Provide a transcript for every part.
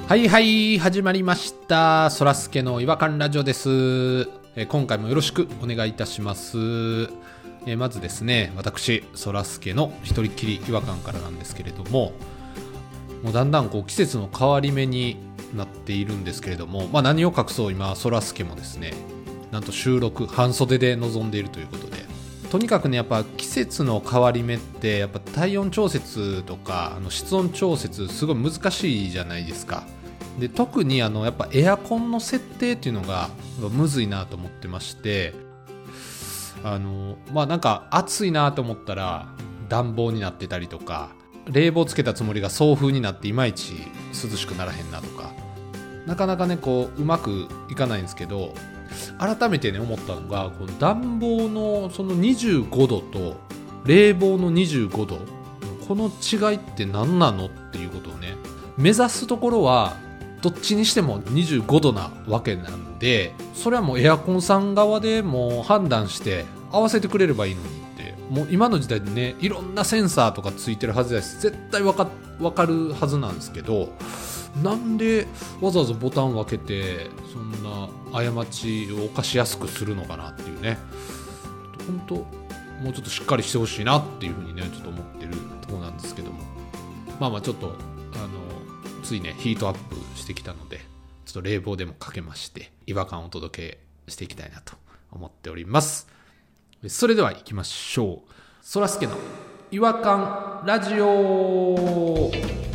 はいはい、始まりました。そらすけの違和感ラジオです。今回もよろしくお願いいたします。まずですね、私そらすけの一人っきり違和感からなんですけれども、もうだんだん季節の変わり目になっているんですけれども、何を隠そう今そらすけもですね、なんと収録半袖で臨んでいるということで、とにかくね、やっぱ季節の変わり目ってやっぱ体温調節とか室温調節すごい難しいじゃないですか。で特にやっぱエアコンの設定っていうのがむずいなと思ってまして、なんか暑いなと思ったら暖房になってたりとか、冷房つけたつもりが送風になっていまいち涼しくならへんなとか、なかなかねうまくいかないんですけど、改めてね思ったのが、この暖房のその25度と冷房の25度、この違いって何なのっていうことをね、目指すところはどっちにしても25度なわけなんで、それはもうエアコンさん側でもう判断して合わせてくれればいいのにって、もう今の時代でね、いろんなセンサーとかついてるはずだし、絶対わかるはずなんですけど、なんでわざわざボタン分けてそんな過ちを犯しやすくするのかなっていうね、本当もうちょっとしっかりしてほしいなっていうふうにねちょっと思ってるところなんですけども、ちょっとついねヒートアップしてきたので、ちょっと冷房でもかけまして違和感をお届けしていきたいなと思っております。それでは行きましょう。そらすけの違和感ラジオ。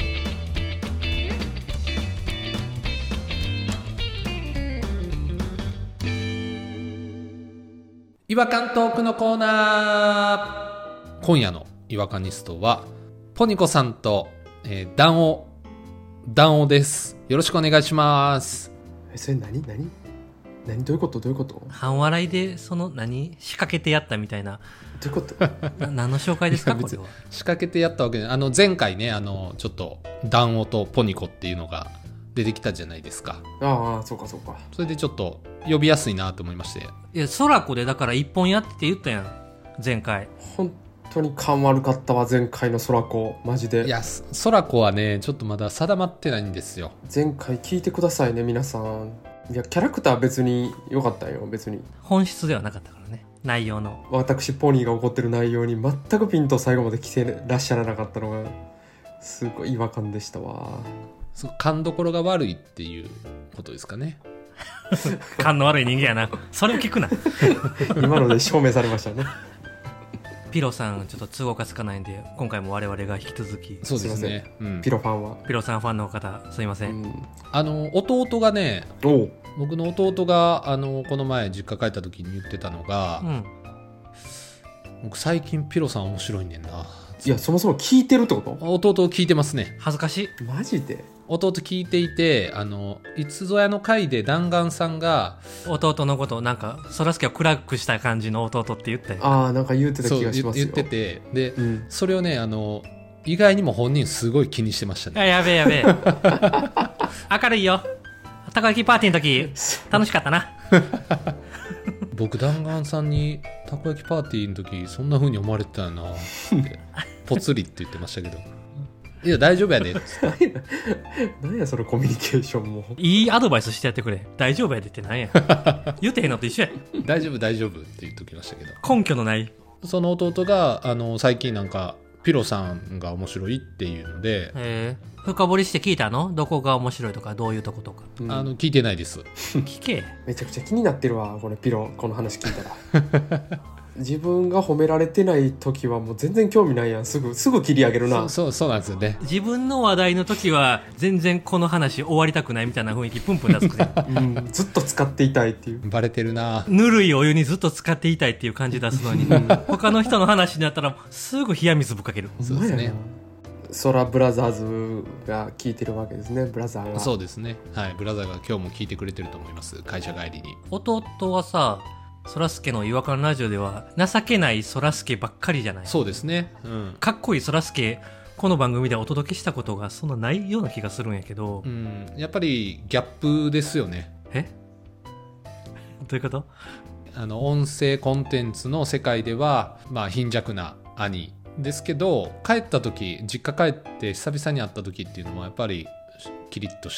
違和感トークのコーナー。今夜の違和感ニストはポニコさんと、ダンオです。よろしくお願いします。 それ何どういうこと半笑いで仕掛けてやったみたいな。 どういうこと何の紹介ですかこれは。 仕掛けてやったわけで、前回ねちょっとダンオとポニコっていうのが出てきたじゃないですか。 ああ、そうか。 それでちょっと呼びやすいなと思いまして。 いや、ソラコでだから一本やってって言ったやん前回。 本当に勘悪かったわ、前回の空子マジで。 いや、空子はねちょっとまだ定まってないんですよ。 前回聞いてくださいね皆さん。いや、キャラクター別に良かったよ。別に本質ではなかったからね、内容の。 私ポニーが怒ってる内容に全くピンと最後まで来てらっしゃらなかったのがすごい違和感でしたわ。 勘どころが悪いっていうことですかね。 勘の悪い人間やな。それを聞くな。 今ので証明されましたね。 ピロさんちょっと都合がつかないんで、今回も我々が引き続き。 そうですね、 ピロファンはピロさんファンの方すいません、 弟がね、僕の弟がこの前実家帰った時に言ってたのが、僕最近ピロさん面白いねんな。 いや、そもそも聞いてるってこと？ 弟聞いてますね。 恥ずかしい。 マジで？ 弟聞いていて、いつぞやの回で弾丸さんが弟のことなんかそらすけを暗くした感じの弟って言ったよ。 ああ、なんか言ってた気がしますよ。 言ってて、で、それをね意外にも本人すごい気にしてましたね。 やべえ明るいよ。たこ焼きパーティーの時楽しかったな。 僕弾丸さんにたこ焼きパーティーの時そんな風に思われてたよなってポツリって言ってましたけど、いや大丈夫やでっつって。 何やそのコミュニケーションも。 いいアドバイスしてやってくれ。大丈夫やでって何や。言うてへんのと一緒や。 大丈夫って言っときましたけど、 根拠のない。 その弟が最近なんかピロさんが面白いっていうので、 深掘りして聞いたの？どこが面白いとかどういうとことか。 聞いてないです。 聞け。 めちゃくちゃ気になってるわこれピロ、この話聞いたら。自分が褒められてない時はもう全然興味ないやん。すぐ切り上げるな。 そうなんですよね。 自分の話題の時は全然この話終わりたくないみたいな雰囲気プンプン出すくせずっと使っていたいっていう。 バレてるな。 ぬるいお湯にずっと使っていたいっていう感じ出すのに、他の人の話になったらすぐ冷や水ぶっかける。 そうですね。 ソラブラザーズが聞いてるわけですね。ブラザーが。 そうですね、はい、ブラザーが今日も聞いてくれてると思います。会社帰りに。 弟はさ、そらすけの違和感ラジオでは情けないそらすけばっかりじゃない？ そうですね、 かっこいいそらすけこの番組でお届けしたことがそんなないような気がするんやけど、 やっぱりギャップですよね。 どういうこと？ 音声コンテンツの世界では貧弱な兄ですけど、実家帰って久々に会った時っていうのはやっぱりキリッとして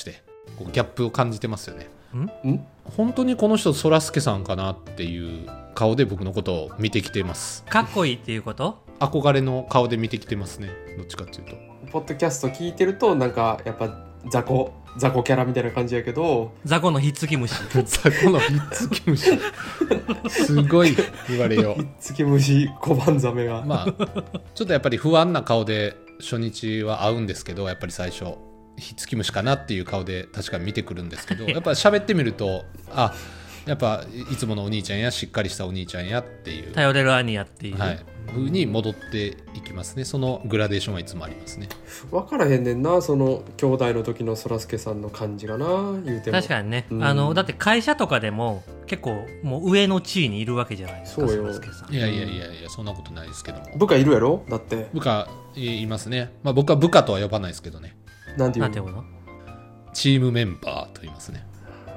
こうギャップを感じてますよね。 ん本当にこの人そらすけさんかなっていう顔で僕のことを見てきてます。 かっこいいっていうこと？ 憧れの顔で見てきてますね、どっちかっていうと。 ポッドキャスト聞いてるとなんかやっぱ雑魚キャラみたいな感じやけど、 雑魚のひっつき虫雑魚のひっつき虫すごい言われよひっつき虫小判ザメが、 まあちょっとやっぱり不安な顔で初日は会うんですけど、やっぱり最初ひっつき虫かなっていう顔で確かに見てくるんですけど、やっぱ喋ってみるとあ、やっぱいつものお兄ちゃんやしっかりしたお兄ちゃんやっていう、 頼れる兄やっていう、 はい、風に戻っていきますね。そのグラデーションはいつもありますね。 分からへんねんな、その兄弟の時のそらすけさんの感じがな、言うても確かにね、 うんだって会社とかでも結構もう上の地位にいるわけじゃないですか、 そうよそらすけさん。 いやそんなことないですけども。 部下いるやろだって。 部下いますね。まあ僕は部下とは呼ばないですけどね。 なんていうの？ なんていうの？ チームメンバーと言いますね。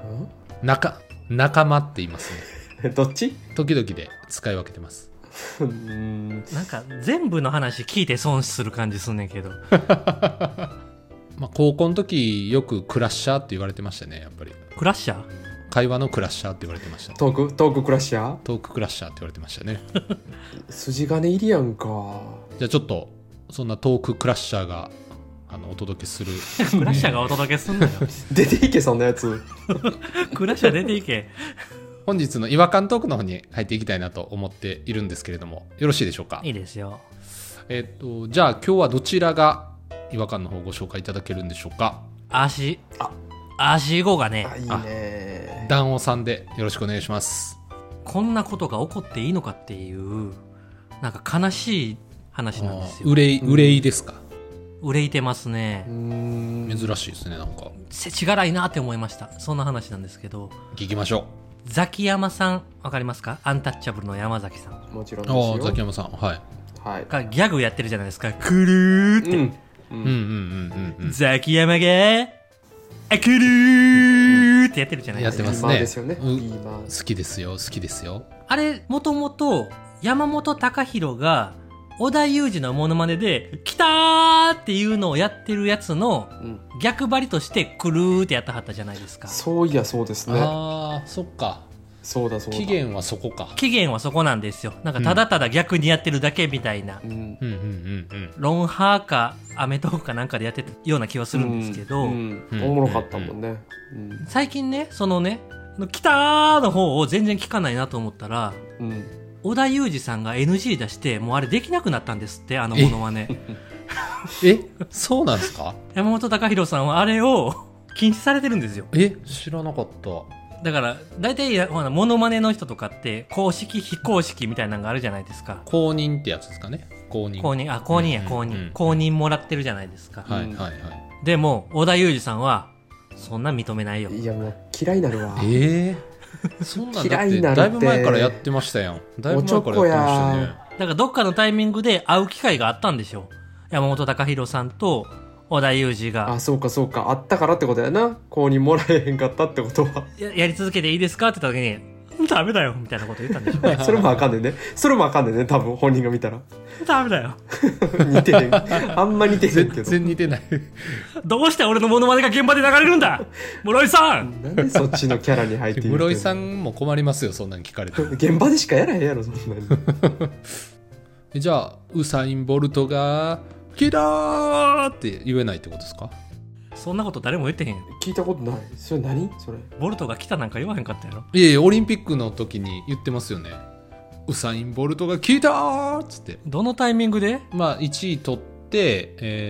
仲間って言いますね。 どっち？ 時々で使い分けてます。 なんか全部の話聞いて損する感じすんねんけどまあ高校の時よくクラッシャーって言われてましたね。やっぱりクラッシャー？ 会話のクラッシャーって言われてました、ね、 トーククラッシャー？ トーククラッシャーって言われてましたね筋金入りやんか。 じゃあちょっとそんなトーククラッシャーがお届けするクラッシャーがお届けすんのよ出ていけそんなやつクラッシャー出ていけ。 本日の違和感トークの方に入っていきたいなと思っているんですけれども、よろしいでしょうか？ いいですよ。 じゃあ今日はどちらが違和感の方をご紹介いただけるんでしょうか？ 足語がね、 あ、いいね。 団尾さんでよろしくお願いします。 こんなことが起こっていいのかっていうなんか悲しい話なんですよ。 憂いですか？ 憂いてますね。 珍しいですね。なんか世知辛いなって思いました。そんな話なんですけど、 聞きましょザキヤマさんわかりますか？アンタッチャブルの山崎さんもちろんう。 ですよ。 ザキヤマさん、はいはい。 がギャグやってるじゃないですか。くるーって、ザキヤマがくるーってやってるじゃないですか。 やってますね。 ピーマンですよね。ピーマン。 好きですよ、好きですよ。 あれもともと山本隆弘が織田裕二のモノマネで来たーっていうのをやってるやつの逆張りとしてくるーってやったはったじゃないですか。 そういやそうですね。 ああ、そっか。 そうだそうだ。 期限はそこか。 起源はそこなんですよ。なんかただただ逆にやってるだけみたいな、ロンハーかアメトークかなんかでやってたような気はするんですけど、 おもろかったもんね。 最近ね、そのね来たーの方を全然聞かないなと思ったら、織田裕二さんが NG 出してもうあれできなくなったんですって、あのモノマネ。 そうなんですか？ 山本隆弘さんはあれを禁止されてるんですよ。 知らなかった。 だから大体モノマネの人とかって公式非公式みたいなのがあるじゃないですか。 公認ってやつですかね。公認公認もらってるじゃないですか。 はいはいはい。 でも織田裕二さんはそんな認めないよ。 いやもう嫌いになるわ。 そんなん嫌いになるってだいぶ前からやってましたやん。だいぶ前からやってましたね。 だからどっかのタイミングで会う機会があったんでしょう。山本隆弘さんと織田裕二が。 あ、そうかそうか。あったからってことやな。公認もらえへんかったってことは。 やり続けていいですかって言った時に、ダメだよみたいなこと言ったんでしょう。 それもあかんねんね。多分本人が見たら。 ダメだよ。 似てへん。あんま似てへんけど。 全然似てない。 どうして俺のモノマネが現場で流れるんだ室井さん。 なんでそっちのキャラに入っているの？ 室井さんも困りますよ、そんなん聞かれて。 現場でしかやらへんやろ、そんなに。 じゃあウサイン・ボルトがキラーって言えないってことですか？ そんなこと誰も言ってへん。 聞いたことない。それ何それ？ ボルトが来たなんか言わへんかったやろ。 いやオリンピックの時に言ってますよね。ウサイン・ボルトが来たーっつって。 どのタイミングで？ まあ1位取って、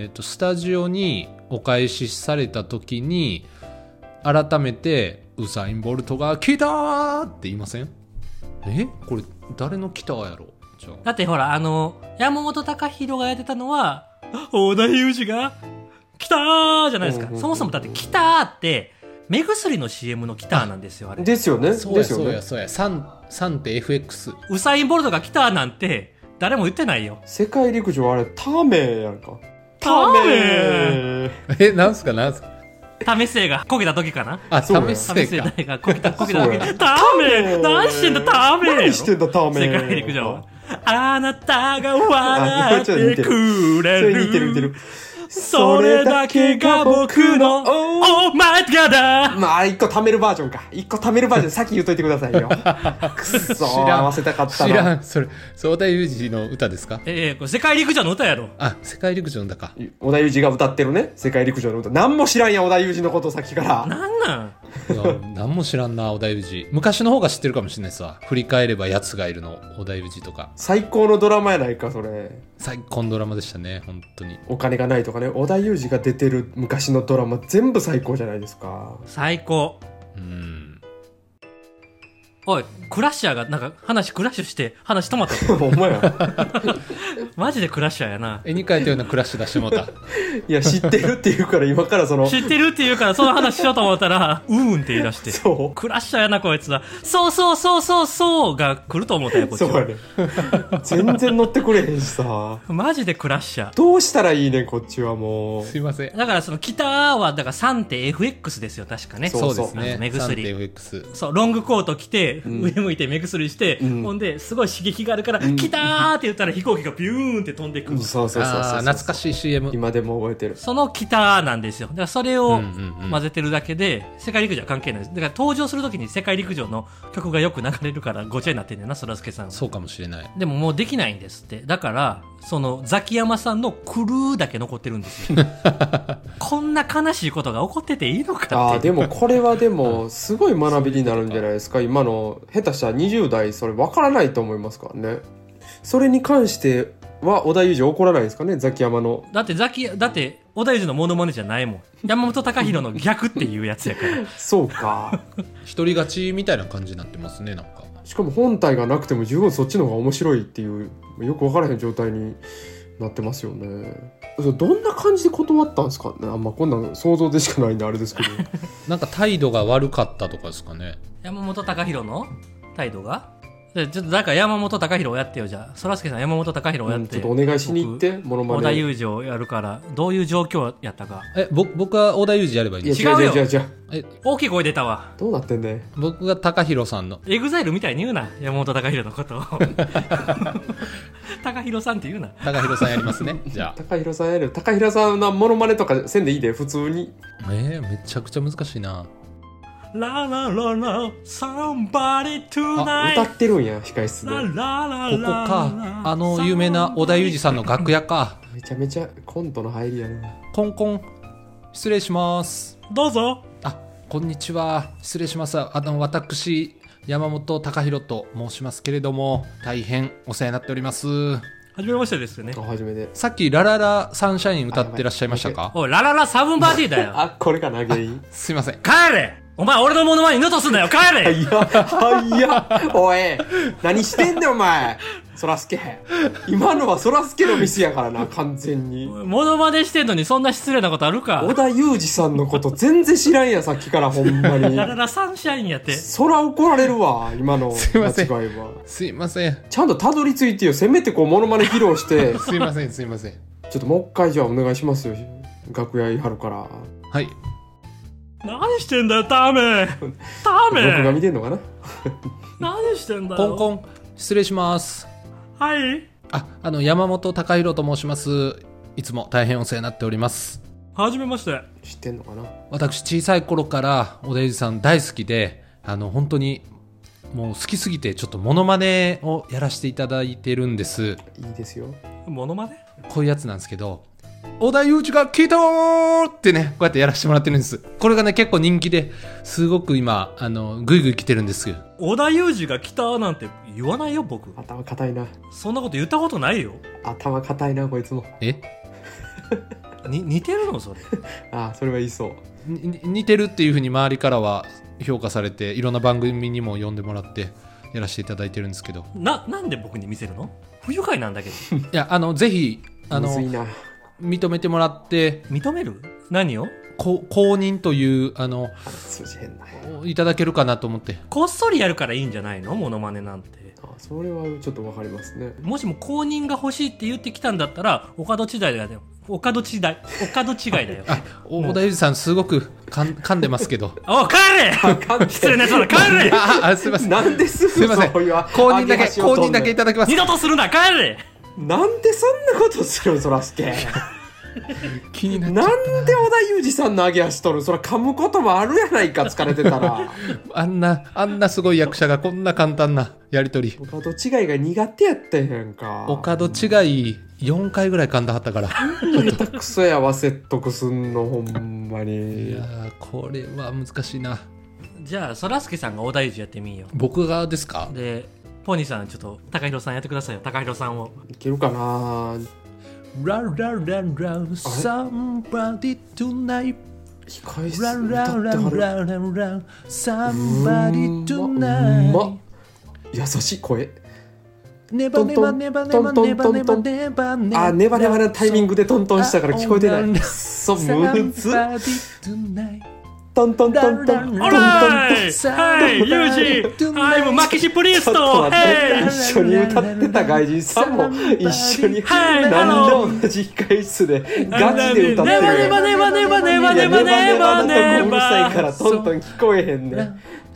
スタジオにお返しされた時に改めてウサイン・ボルトが来たーって言いません？これ誰の来たやろ？じゃあだってほら山本隆弘がやってたのは織田裕二が来たーじゃないですか。そもそもだって来たーって目薬の CM の来たーなんですよ。あれですよね。 そうやそうや3って FX。 ウサイン・ボルトが来たーなんて誰も言ってないよ。 世界陸上あれタメやんか。 タメなんすかタメ生がこけた時かな。 タメ生か。 がこけた時。タメ何してんだタメ。 何してんだタメ。 世界陸上あなたが笑ってくれる。 それ似てる。 それだけが僕のオーマイガーだ。 まあ一個貯めるバージョンか。一個貯めるバージョン先言っといてくださいよ。くっそー、合わせたかったな。 知らん。それ織田裕二の歌ですか？ これ世界陸上の歌やろ。 あ、世界陸上の歌か。 織田裕二が歌ってるね、世界陸上の歌。何も知らんや、織田裕二のことさっきから。 なんなんいや何も知らんな、織田裕二。昔の方が知ってるかもしれないですわ。振り返れば奴がいるの織田裕二とか。 最高のドラマやないか、それ。 最高のドラマでしたね、本当に。 お金がないとかね、織田裕二が出てる昔のドラマ全部最高じゃないですか。 最高。おい、クラッシャーがなんか話クラッシュして話止まったぞ。 ほんまや。 マジでクラッシャーやな。 絵に描いたようなクラッシュ出してもうた。 いや、知ってるって言うから今からその。 知ってるって言うからその話しようと思ったら、って言い出して。 そう。 クラッシャーやなこいつは。そうが来ると思ったよ、こっちは。 そうやね。全然乗ってくれへんしさ。 マジでクラッシャー。 どうしたらいいねん、こっちはもう。 すいません。 だからその北は、だから 3.FX ですよ、確かね。 そうですね。 目薬。 3.FX。 そう、ロングコート着て、上向いて目薬して、ほんで、すごい刺激があるから、来たーって言ったら飛行機がビューンって飛んでくる。 そう。 懐かしい CM。 今でも覚えてる。 その北なんですよ。だからそれを混ぜてるだけで、世界陸上は関係ないです。だから登場するときに世界陸上の曲がよく流れるからごちゃになってんだよな、そらすけさんは。 そうかもしれない。 でももうできないんですって。だから、そのザキヤマさんのクルーだけ残ってるんですよ。こんな悲しいことが起こってていいのかって。 ああ、でもこれはでもすごい学びになるんじゃないですか。今の下手したら20代それ分からないと思いますからね。それに関しては織田裕二怒らないですかね、ザキヤマの。 だって織田裕二のモノマネじゃないもん。山本貴弘の逆っていうやつやから。 そうか。 一人勝ちみたいな感じになってますね、なんか。 しかも本体がなくても十分そっちの方が面白いっていうよく分からへん状態になってますよね。どんな感じで断ったんですかね。あんまこんなん想像でしかないんであれですけど。 なんか態度が悪かったとかですかね。 山本貴弘の態度がちょっとだから山本貴弘をやってよ。じゃあそらすけさん山本貴弘をやって、 ちょっとお願いしに行ってモノマネ。 織田裕二をやるからどういう状況やったか。 僕は織田裕二やればいいんですか？違うよ。 違う。 大きい声出たわ。 どうなってんね。 僕が貴弘さんのエグザイルみたいに言うな、山本貴弘のことを。貴弘さんって言うな。 貴弘さんやりますね。じゃあ貴弘さんやる。貴弘さんのモノマネとかせんでいいで、普通に。 めちゃくちゃ難しいな。 ララララ somebody tonight。 歌ってるんや、控室で。 ラララここか、有名な織田裕二さんの楽屋か。 めちゃめちゃコントの入りやな。 コンコン、失礼します。 どうぞ。 こんにちは、失礼します。私山本貴弘と申しますけれども、大変お世話になっております。 はじめましてですよね。 初めて。 さっきラララサンシャイン歌ってらっしゃいましたか？ おい、ラララサブンバディだよ。 これが投げいい。 すいません。 帰れ。お前俺のモノマネ二度とすんなよ。帰れ。 いやおい、何してんねんお前。そらすけ。今のはそらすけのミスやからな、完全に。 モノマネしてんのにそんな失礼なことあるか。 織田裕二さんのこと全然知らんや、さっきからほんまに。 ラララサンシャインやって。 そら怒られるわ、今の間違いは。 すいません。 ちゃんとたどり着いてよ。せめてこうモノマネ披露して。 すいません。ちょっともう一回じゃあお願いしますよ。楽屋いはるから。 はい。 何してんだよ、タメ。 僕が見てんのかな。 何してんだよ。 コンコン、失礼します。 はい。 山本貴弘と申します。いつも大変お世話になっております。 はじめまして。 知ってんのかな。 私小さい頃から織田裕二さん大好きで、本当にもう好きすぎてちょっとモノマネをやらせていただいてるんです。 いいですよ。 モノマネ？ こういうやつなんですけど、織田裕二が来たーってね、こうやってやらせてもらってるんです。これがね結構人気ですごく今グイグイ来てるんですよ。 織田裕二が来たなんて言わないよ僕。 頭固いな。 そんなこと言ったことないよ。 頭固いなこいつも。 似てるのそれ。 それは言いそう。 似てるっていう風に周りからは評価されて、いろんな番組にも呼んでもらってやらせていただいてるんですけど。 なんで僕に見せるの？不愉快なんだけど。 いやぜひむずいな。 認めてもらって。 認める？何を？ 公認という通じへんな。 いただけるかなと思って。 こっそりやるからいいんじゃないの？モノマネなんて。 それはちょっとわかりますね。 もしも公認が欲しいって言ってきたんだったらお門違いだよ。お門違いだよ。 織田裕二さんすごく噛んでますけど。 おい帰れ。失礼なやつだ、帰れ。 すいません。なんですいません。公認だけいただきます。 二度とするな、帰れ。 なんでそんなことするの、そらすけ。 気になっちゃなったんで織田裕二さんの上げ足取る？そら噛むこともあるやないか、疲れてたら。 あんなすごい役者がこんな簡単なやりとり。 お門違いが苦手やったやんか。 お門違い4回ぐらい噛んだはったから。 下手くそやわ、説得すんの、ほんまいに。 やー、これは難しいな。 じゃあそらすけさんが織田裕二やってみよ僕がですか？ でポニーさんちょっと高弘さんやってくださいよ。高弘さんをいけるかな。 ランランランラン somebody tonight 控え室ラン歌ってランランはる。 ランランラン somebody うんま tonight 優しい声。 ネバネバネバネバネバネバネバネバあ、ネバネバのタイミングでトントンしたから聞こえてない。 あくそ、むずっ。 somebody tonight トントントントントントントン。 オーライはいユージはいもうマキシプリスちょっとト待って、 ヘイ一緒に歌ってた外人さんも一緒に、 はいなんで同じ控え室でガチで歌ってる。 ネバネバネバネバいやネバネバネバネバネだとうるさいかバらトントン聞こえへんね。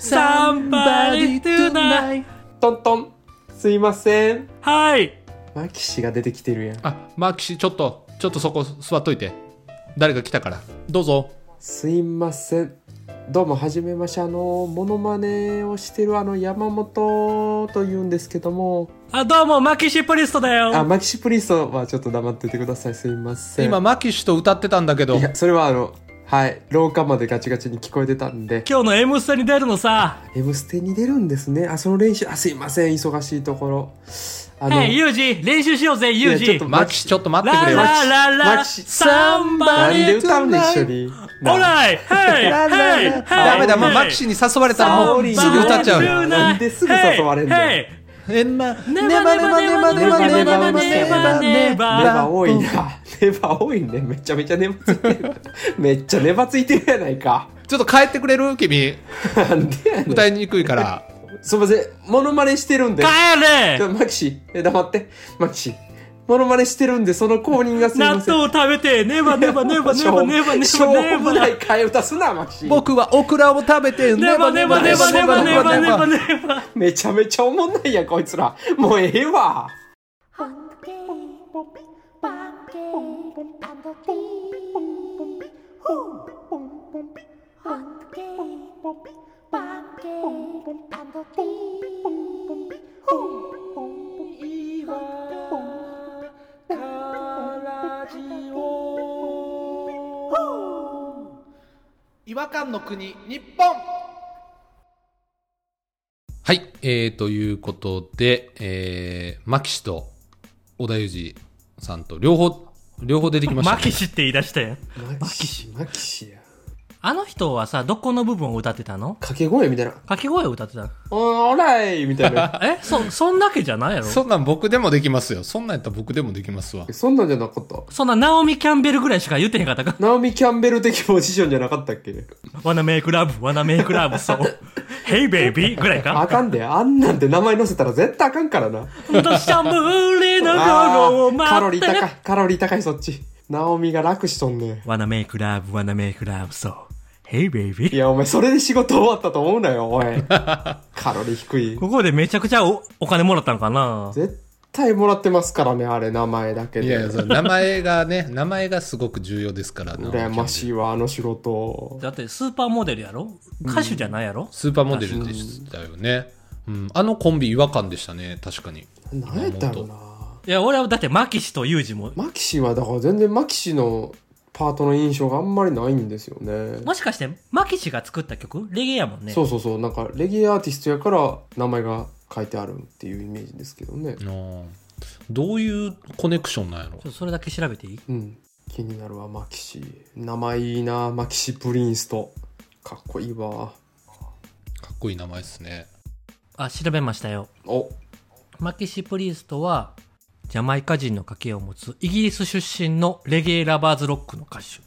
Somebody tonight トントン、すいません。 はいマキシが出てきてるやん。 あ、マキシちょっとそこ座っといて。誰か来たからどうぞ。 すいません。どうもはじめまして、モノマネをしてる山本と言うんですけども。 あどうもマキシプリストだよあ、マキシプリストはちょっと黙っててください。すいません。 今マキシと歌ってたんだけど。 いや、それははい、廊下までガチガチに聞こえてたんで。 今日の M ステに出るのさ M ステに出るんですね。あ、その練習、すいません、忙しいところ。 ヘイユージ練習しようぜユージいやちょっとマキシちょっと待ってくれよ。 ララララマキシサンなバディんで歌うんで一緒に。 オーライヘイララヘイラダメだ、もうマキシに誘われたらもうすぐ歌っちゃうよ。 なんですぐ誘われんの。 ヘイネバネネバネバネバネバネバネバネバネバ多いな。ネバ多いね。めちゃめちゃネバついてる。めっちゃネバついてるやないか。 ちょっと帰ってくれる君。 なんでやねん。 歌いにくいから。 すいません、モノマネしてるんで。 帰れマキシ、黙って。マキシ。モノマネしてるんで、その公認がすいません。 納豆を食べてネバネバネバネバネバネしょうバネバもない替え歌すな、マキシ。 僕はオクラを食べてネバネバネバネバネバネバネバめちゃめちゃおもんないやん、こいつら。もうええわ。 違和感の国日本。はい、ということで、マキシと織田裕二さんと両方出てきました、ね。 マキシって言い出したやんマキシや。 あの人はさどこの部分を歌ってたの？ 掛け声みたいな。 掛け声を歌ってたおらいみたいな。 そんだけじゃないやろ？ そんなん僕でもできますよ。そんなんやったら僕でもできますわ。 そんなんじゃなかった。 そんなナオミ・キャンベルぐらいしか言ってへんかったかナオミ・キャンベル的ポジションじゃなかったっけ。 Wanna make love, wanna make love, so Hey baby ぐらいかあかんで。あんなんて名前載せたら絶対あかんからな。 どしゃぶりの頃を待ってカロリー高いそっち。ナオミが楽しとんねん。 Wanna make love, wanna make love, so Hey い baby や、お前それで仕事終わったと思うなよ、おい。カロリー低い。 ここでめちゃくちゃお金もらったんかな？ 絶対もらってますからね、あれ、名前だけで。 いやいや、その名前がすごく重要ですから。 羨ましいわ、あの仕事。 だってスーパーモデルやろ？歌手じゃないやろ？ スーパーモデルでしたよね。うん、あのコンビ違和感でしたね、確かに。 何やったろな。 いや、俺はだってマキシとユージも。 マキシはだから全然マキシのパートの印象があんまりないんですよね。 もしかしてマキシが作った曲レゲエやもんね。 そう、なんかレゲエアーティストやから名前が書いてあるっていうイメージですけどね。 どういうコネクションなんやろ。 ちょっとそれだけ調べていい？ うん、気になるわ。マキシ、名前いいな。マキシプリンスト、かっこいいわ。 かっこいい名前ですね。 あ、調べましたよ。 お、 マキシプリンストはジャマイカ人の家系を持つイギリス出身のレゲエラバーズロックの歌手。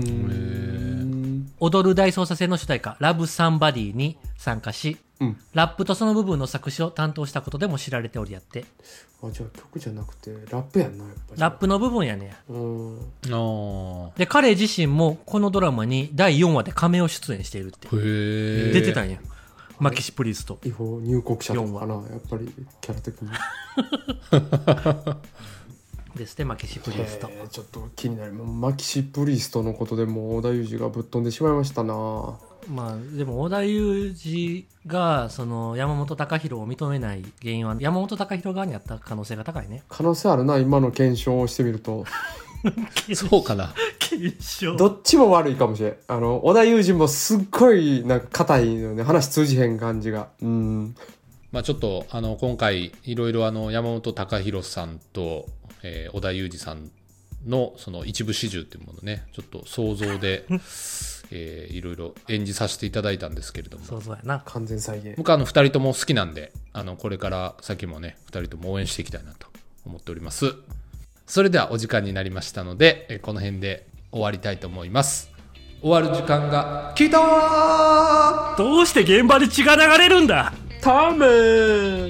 踊る大捜査線の主題歌ラブサンバディに参加し、ラップとその部分の作詞を担当したことでも知られておりやって。 あ、じゃあ曲じゃなくてラップやんな、やっぱり。 ラップの部分やねん。 で、彼自身もこのドラマに第4話でカメオ出演しているって。出てたんや。マキシプリンスト。 違法入国者とかかな、やっぱりキャラ的に。 ですね、マキシプリースト。 ちょっと気になる。マキシプリーストのことでもう織田裕二がぶっ飛んでしまいましたな。 まあでも織田裕二がその山本貴弘を認めない原因は山本貴弘側にあった可能性が高いね。 可能性あるな、今の検証をしてみると。 そうかな。 検証。 どっちも悪いかもしれん。織田裕二もすっごいなんか硬いのね、話通じへん感じが。 まあちょっと今回いろいろ山本貴弘さんと、織田裕二さんのその一部始終っていうものね、ちょっと想像でいろいろ演じさせていただいたんですけれども、 そうやな、 完全再現。 僕は2人とも好きなんでこれから先もね2人とも応援していきたいなと思っております。それではお時間になりましたのでこの辺で終わりたいと思います。終わる時間が来たー。 どうして現場で血が流れるんだ。 タメー。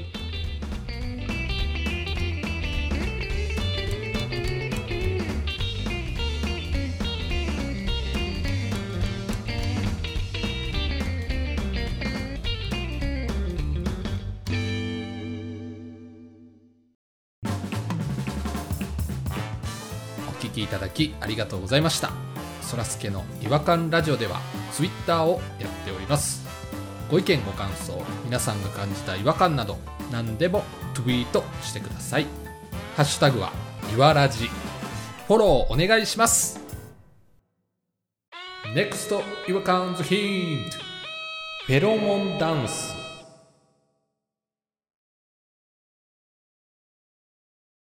お聞きいただきありがとうございました。そらすけの違和感ラジオではツイッターをやっております。ご意見ご感想、皆さんが感じた違和感など何でもツイートしてください。ハッシュタグはいわらじ。フォローお願いします。 NEXT 違和感ズヒント。フェロモンダンス。